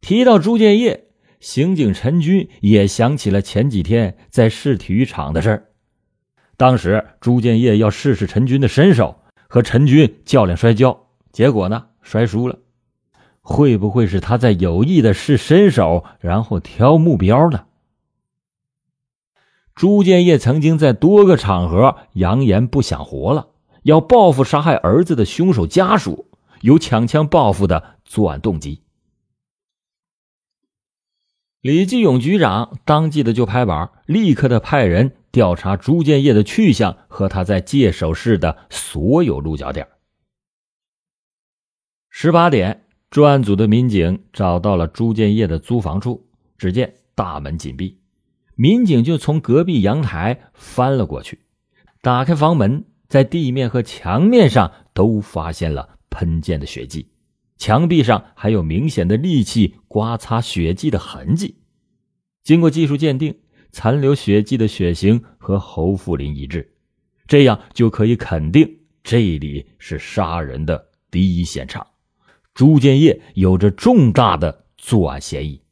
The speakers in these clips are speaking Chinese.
提到朱建业，刑警陈军也想起了前几天在市体育场的事儿。当时朱建业要试试陈军的身手，和陈军较量摔跤，结果呢摔输了。会不会是他在有意的试身手，然后挑目标呢？朱建业曾经在多个场合扬言不想活了，要报复杀害儿子的凶手家属，有抢枪报复的作案动机。李继勇局长当即的就拍板，立刻的派人调查朱建业的去向和他在界首市的所有落脚点。18点，专案组的民警找到了朱建业的租房处，只见大门紧闭，民警就从隔壁阳台翻了过去，打开房门，在地面和墙面上都发现了喷溅的血迹，墙壁上还有明显的利器刮擦血迹的痕迹。经过技术鉴定，残留血迹的血型和侯富林一致，这样就可以肯定这里是杀人的第一现场，朱建业有着重大的作案嫌疑。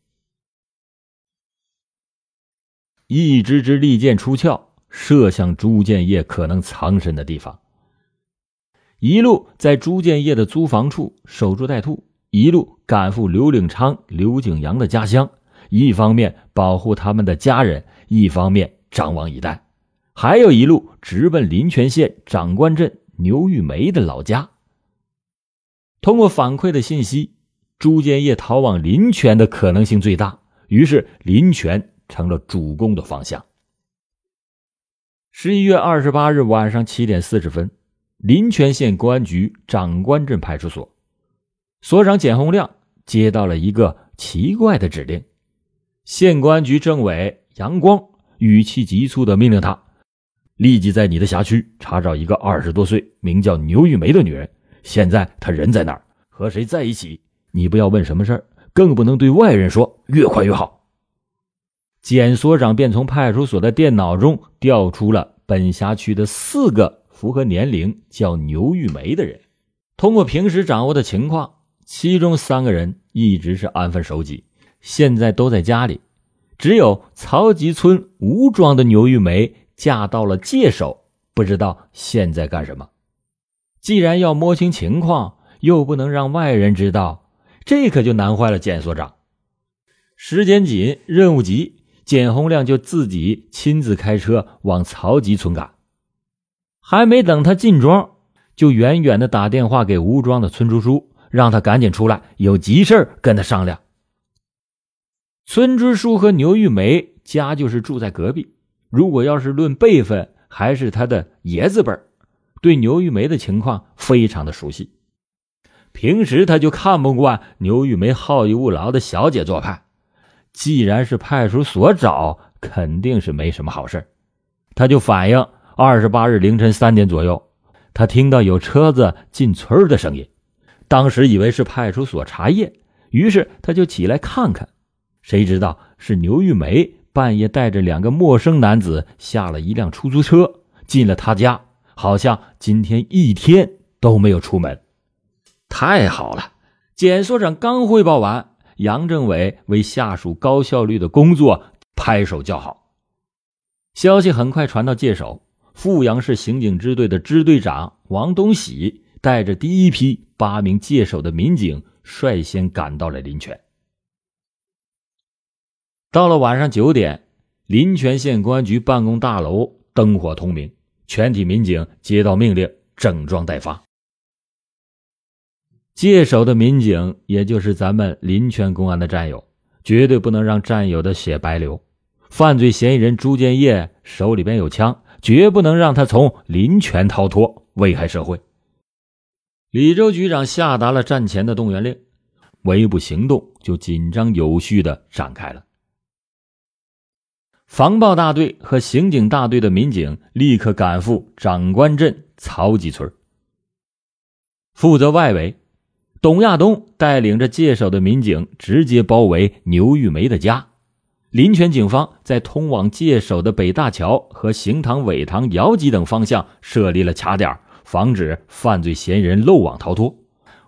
一支支利箭出鞘，射向朱建业可能藏身的地方。一路在朱建业的租房处守株待兔，一路赶赴刘领昌、刘景阳的家乡，一方面保护他们的家人，一方面张望以待，还有一路直奔临泉县长官镇牛玉梅的老家。通过反馈的信息，朱建业逃往临泉的可能性最大，于是临泉成了主攻的方向。11月28日晚上7点40分，临泉县公安局长官镇派出所，所长简洪亮接到了一个奇怪的指令。县公安局政委杨光语气急促地命令他，立即在你的辖区查找一个20多岁名叫牛玉梅的女人，现在她人在哪儿，和谁在一起，你不要问什么事儿，更不能对外人说，越快越好。简所长便从派出所的电脑中调出了本辖区的4个符合年龄叫牛玉梅的人。通过平时掌握的情况，其中3个人一直是安分守己，现在都在家里，只有曹集村吴庄的牛玉梅嫁到了界首，不知道现在干什么。既然要摸清情况，又不能让外人知道，这可就难坏了简所长。时间紧，任务急，简洪亮就自己亲自开车往曹集村赶。还没等他进庄，就远远地打电话给吴庄的村支书，让他赶紧出来，有急事跟他商量。村支书和牛玉梅家就是住在隔壁，如果要是论辈分，还是他的爷子辈，对牛玉梅的情况非常的熟悉。平时他就看不惯牛玉梅好逸恶劳的小姐做派，既然是派出所找，肯定是没什么好事。他就反映28日凌晨3点左右，他听到有车子进村的声音，当时以为是派出所查验，于是他就起来看看，谁知道是牛玉梅半夜带着2个陌生男子下了一辆出租车，进了他家，好像今天一天都没有出门。太好了，简所长刚汇报完，杨政委为下属高效率的工作拍手叫好。消息很快传到界首，富阳市刑警支队的支队长王东喜带着第一批8名界首的民警率先赶到了临泉。到了晚上9点，临泉县公安局办公大楼灯火通明，全体民警接到命令，整装待发。界首的民警，也就是咱们临泉公安的战友，绝对不能让战友的血白流。犯罪嫌疑人朱建业手里边有枪，绝不能让他从临泉逃脱，危害社会。李周局长下达了战前的动员令，围捕行动就紧张有序地展开了。防暴大队和刑警大队的民警立刻赶赴长官镇曹集村。负责外围，董亚东带领着界首的民警直接包围牛玉梅的家。临泉警方在通往界首的北大桥和邢塘、苇塘、姚集等方向设立了卡点，防止犯罪嫌疑人漏网逃脱。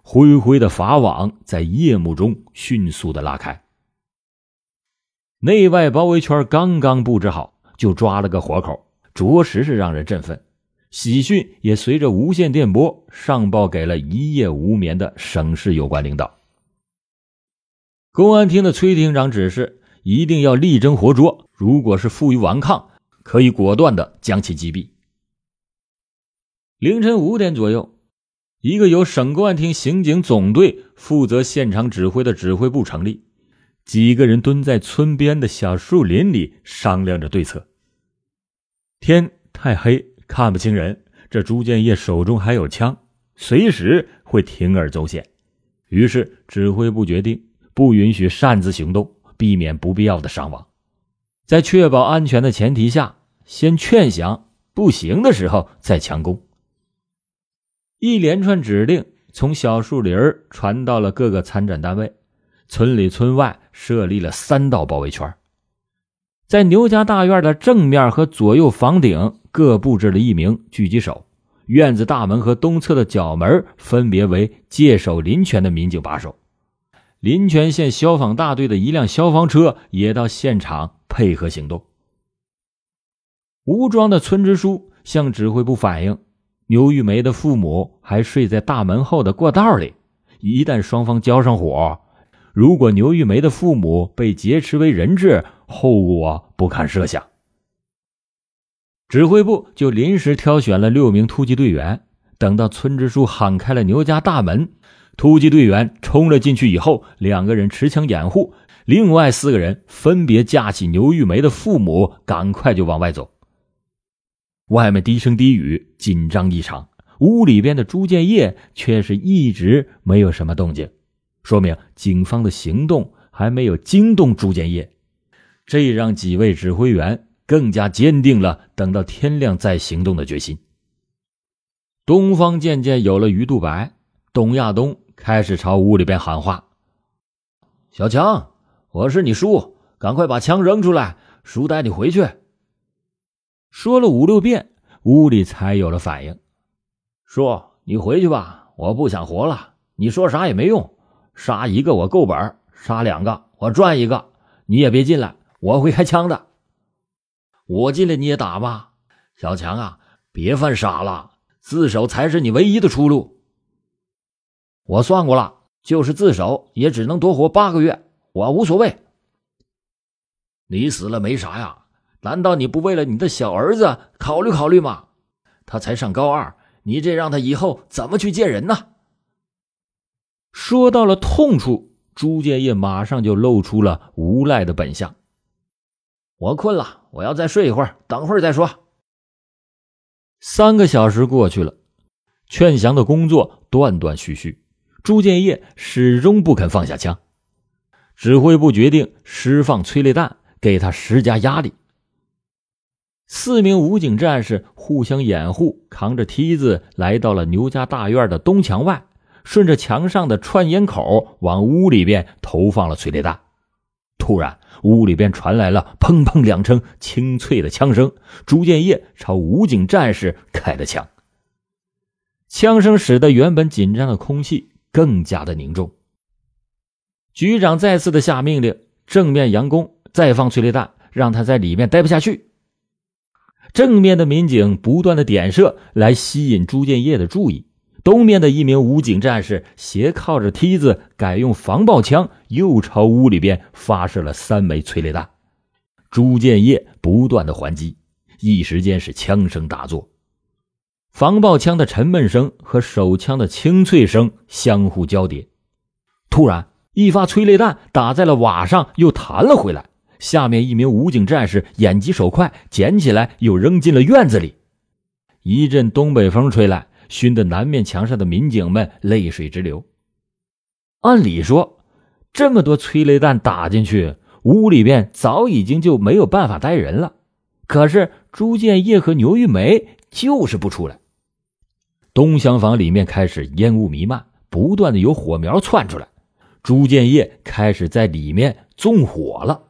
灰灰的法网在夜幕中迅速的拉开。内外包围圈刚刚布置好，就抓了个活口，着实是让人振奋。喜讯也随着无线电波上报给了一夜无眠的省市有关领导。公安厅的崔厅长指示，一定要力争活捉，如果是负隅顽抗，可以果断的将其击毙。凌晨5点左右，一个由省公安厅刑警总队负责现场指挥的指挥部成立，几个人蹲在村边的小树林里商量着对策。天太黑，看不清人，这朱建业手中还有枪，随时会铤而走险。于是指挥部决定不允许擅自行动，避免不必要的伤亡。在确保安全的前提下，先劝降，不行的时候再强攻。一连串指令从小树林传到了各个参战单位，村里村外设立了3道包围圈。在牛家大院的正面和左右房顶各布置了1名狙击手，院子大门和东侧的角门分别为界守林泉的民警把守。临泉县消防大队的1辆消防车也到现场配合行动。吴庄的村支书向指挥部反映，牛玉梅的父母还睡在大门后的过道里，一旦双方交上火，如果牛玉梅的父母被劫持为人质，后果不堪设想。指挥部就临时挑选了6名突击队员，等到村支书喊开了牛家大门，突击队员冲了进去以后，2个人持枪掩护，另外4个人分别架起牛玉梅的父母，赶快就往外走。外面低声低语，紧张异常，屋里边的朱建业却是一直没有什么动静，说明警方的行动还没有惊动朱建业，这让几位指挥员更加坚定了等到天亮再行动的决心。东方渐渐有了鱼肚白，董亚东开始朝屋里边喊话：小强，我是你叔，赶快把枪扔出来，叔带你回去。说了5、6遍，屋里才有了反应。叔，你回去吧，我不想活了，你说啥也没用，杀1个我够本，杀2个我赚1个，你也别进来，我会开枪的。我进来你也打吧，小强啊，别犯傻了，自首才是你唯一的出路。我算过了，就是自首也只能多活8个月，我无所谓。你死了没啥呀，难道你不为了你的小儿子考虑考虑吗？他才上高2，你这让他以后怎么去见人呢？说到了痛处，朱建业马上就露出了无赖的本相。我困了，我要再睡一会儿，等会儿再说。3个小时过去了，劝降的工作断断续续，朱建业始终不肯放下枪。指挥部决定释放催泪弹，给他施加压力。4名武警战士互相掩护，扛着梯子来到了牛家大院的东墙外，顺着墙上的串烟口往屋里边投放了催泪弹。突然屋里边传来了砰砰2声清脆的枪声，朱建业朝武警战士开了枪。枪声使得原本紧张的空气更加的凝重。局长再次的下命令，正面佯攻，再放催泪弹，让他在里面待不下去。正面的民警不断的点射来吸引朱建业的注意，东面的1名武警战士斜靠着梯子，改用防爆枪，又朝屋里边发射了3枚催泪弹。朱建业不断的还击，一时间是枪声大作，防爆枪的沉闷声和手枪的清脆声相互交叠。突然一发催泪弹打在了瓦上，又弹了回来，下面1名武警战士眼疾手快，捡起来又扔进了院子里。一阵东北风吹来，熏得南面墙上的民警们泪水直流。按理说这么多催泪弹打进去，屋里边早已经就没有办法待人了，可是朱建业和牛玉梅就是不出来。东厢房里面开始烟雾弥漫，不断的有火苗窜出来，朱建业开始在里面纵火了。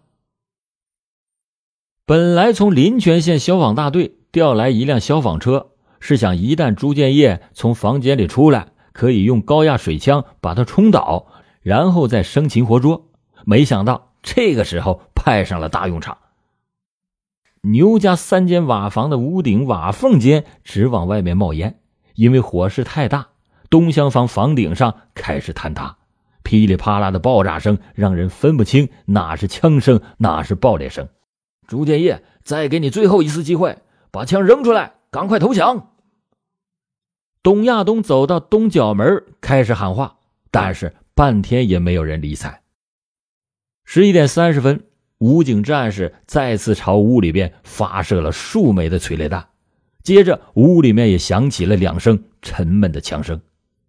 本来从临泉县消防大队调来1辆消防车，是想一旦朱建业从房间里出来， 可以用高压水枪把他冲倒，然后再生擒活捉。没想到这个时候派上了大用场。牛家3间瓦房的屋顶瓦缝间直往外面冒烟，因为火势太大，东厢房房顶上开始坍塌，噼里啪啦的爆炸声让人分不清哪是枪声，哪是爆裂声。朱建业，再给你最后一次机会，把枪扔出来，赶快投降。董亚东走到东角门开始喊话，但是半天也没有人理睬。11点30分，武警战士再次朝屋里边发射了数枚的催泪弹，接着屋里面也响起了2声沉闷的枪声。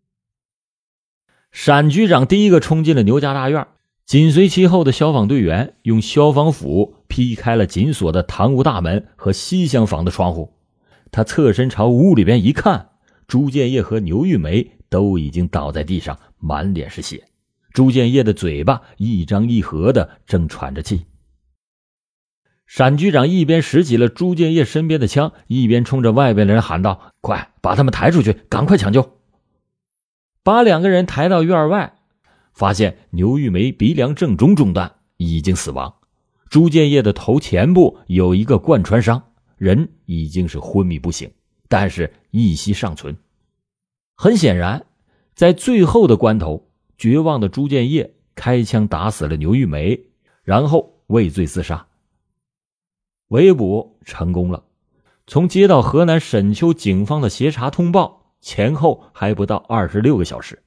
闪局长第一个冲进了牛家大院，紧随其后的消防队员用消防斧劈开了紧锁的堂屋大门和西厢房的窗户。他侧身朝屋里边一看，朱建业和牛玉梅都已经倒在地上，满脸是血。朱建业的嘴巴一张一合的正喘着气。闪局长一边拾起了朱建业身边的枪，一边冲着外边的人喊道：快把他们抬出去，赶快抢救。把2个人抬到院外，发现牛玉梅鼻梁正中中弹，已经死亡。朱建业的头前部有一个贯穿伤，人已经是昏迷不醒，但是一息尚存。很显然，在最后的关头，绝望的朱建业开枪打死了牛玉梅，然后畏罪自杀。围捕成功了。从接到河南沈丘警方的协查通报，前后还不到26个小时。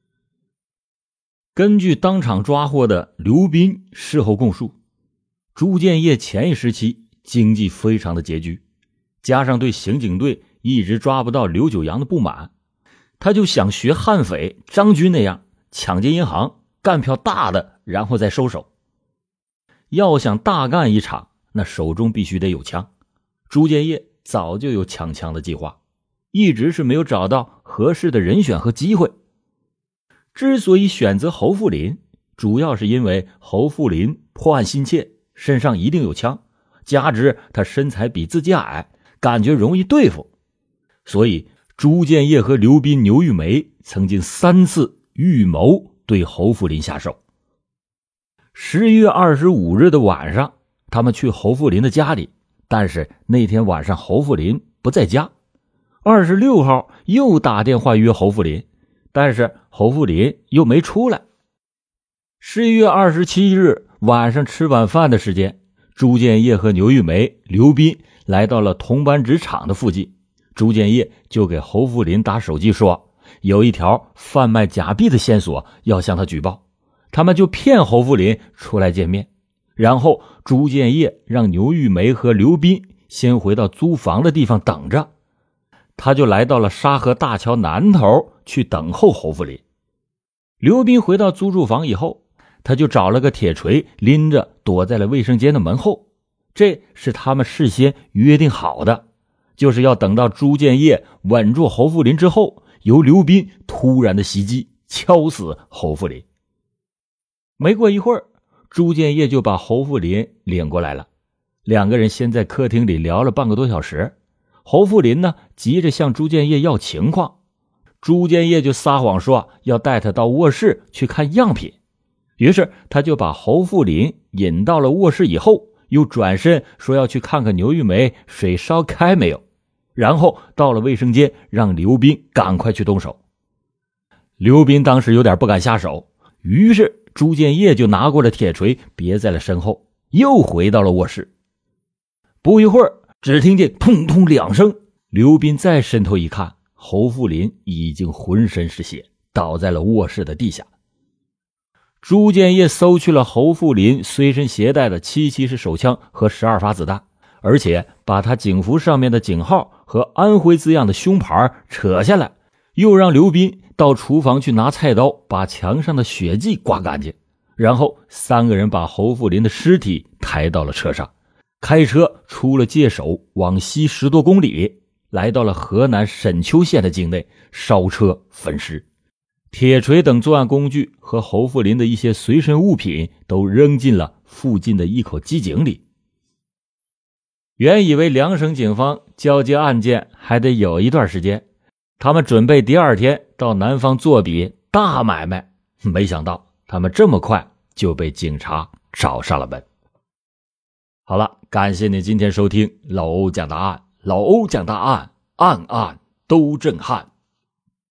根据当场抓获的刘斌事后供述，朱建业前一时期经济非常的拮据，加上对刑警队一直抓不到刘九阳的不满，他就想学悍匪张军那样抢劫银行，干票大的然后再收手。要想大干一场，那手中必须得有枪。朱建业早就有抢枪的计划，一直是没有找到合适的人选和机会。之所以选择侯富林，主要是因为侯富林破案心切，身上一定有枪，加之他身材比自己矮，感觉容易对付。所以朱建业和刘斌、牛玉梅曾经3次预谋对侯富林下手。11月25日的晚上，他们去侯富林的家里，但是那天晚上侯富林不在家。26号又打电话约侯富林，但是侯富林又没出来。11月27日晚上吃晚饭的时间，朱建业和牛玉梅、刘斌来到了铜板纸厂的附近，朱建业就给侯富林打手机说，有一条贩卖假币的线索要向他举报，他们就骗侯富林出来见面。然后朱建业让牛玉梅和刘斌先回到租房的地方等着，他就来到了沙河大桥南头去等候侯富林。刘斌回到租住房以后，他就找了个铁锤拎着躲在了卫生间的门后，这是他们事先约定好的，就是要等到朱建业稳住侯富林之后，由刘斌突然的袭击敲死侯富林。没过一会儿，朱建业就把侯富林领过来了，2个人先在客厅里聊了半个多小时。侯富林呢，急着向朱建业要情况，朱建业就撒谎说要带他到卧室去看样品。于是他就把侯富林引到了卧室以后，又转身说要去看看牛玉梅水烧开没有，然后到了卫生间让刘斌赶快去动手。刘斌当时有点不敢下手，于是朱建业就拿过了铁锤别在了身后，又回到了卧室。不一会儿，只听见砰砰2声，刘斌再伸头一看，侯富林已经浑身是血，倒在了卧室的地下。朱建业搜去了侯富林随身携带的7.7手枪和12发子弹，而且把他警服上面的警号和安徽字样的胸牌扯下来，又让刘斌到厨房去拿菜刀把墙上的血迹刮干净，然后3个人把侯富林的尸体抬到了车上，开车出了界首，往西10多公里，来到了河南沈丘县的境内，烧车焚尸。铁锤等作案工具和侯富林的一些随身物品都扔进了附近的一口机井里。原以为2省警方交接案件还得有一段时间，他们准备第2天到到南方做笔大买卖，没想到他们这么快就被警察找上了门。好了，感谢你今天收听老欧讲大案，老欧讲大案，案案都震撼。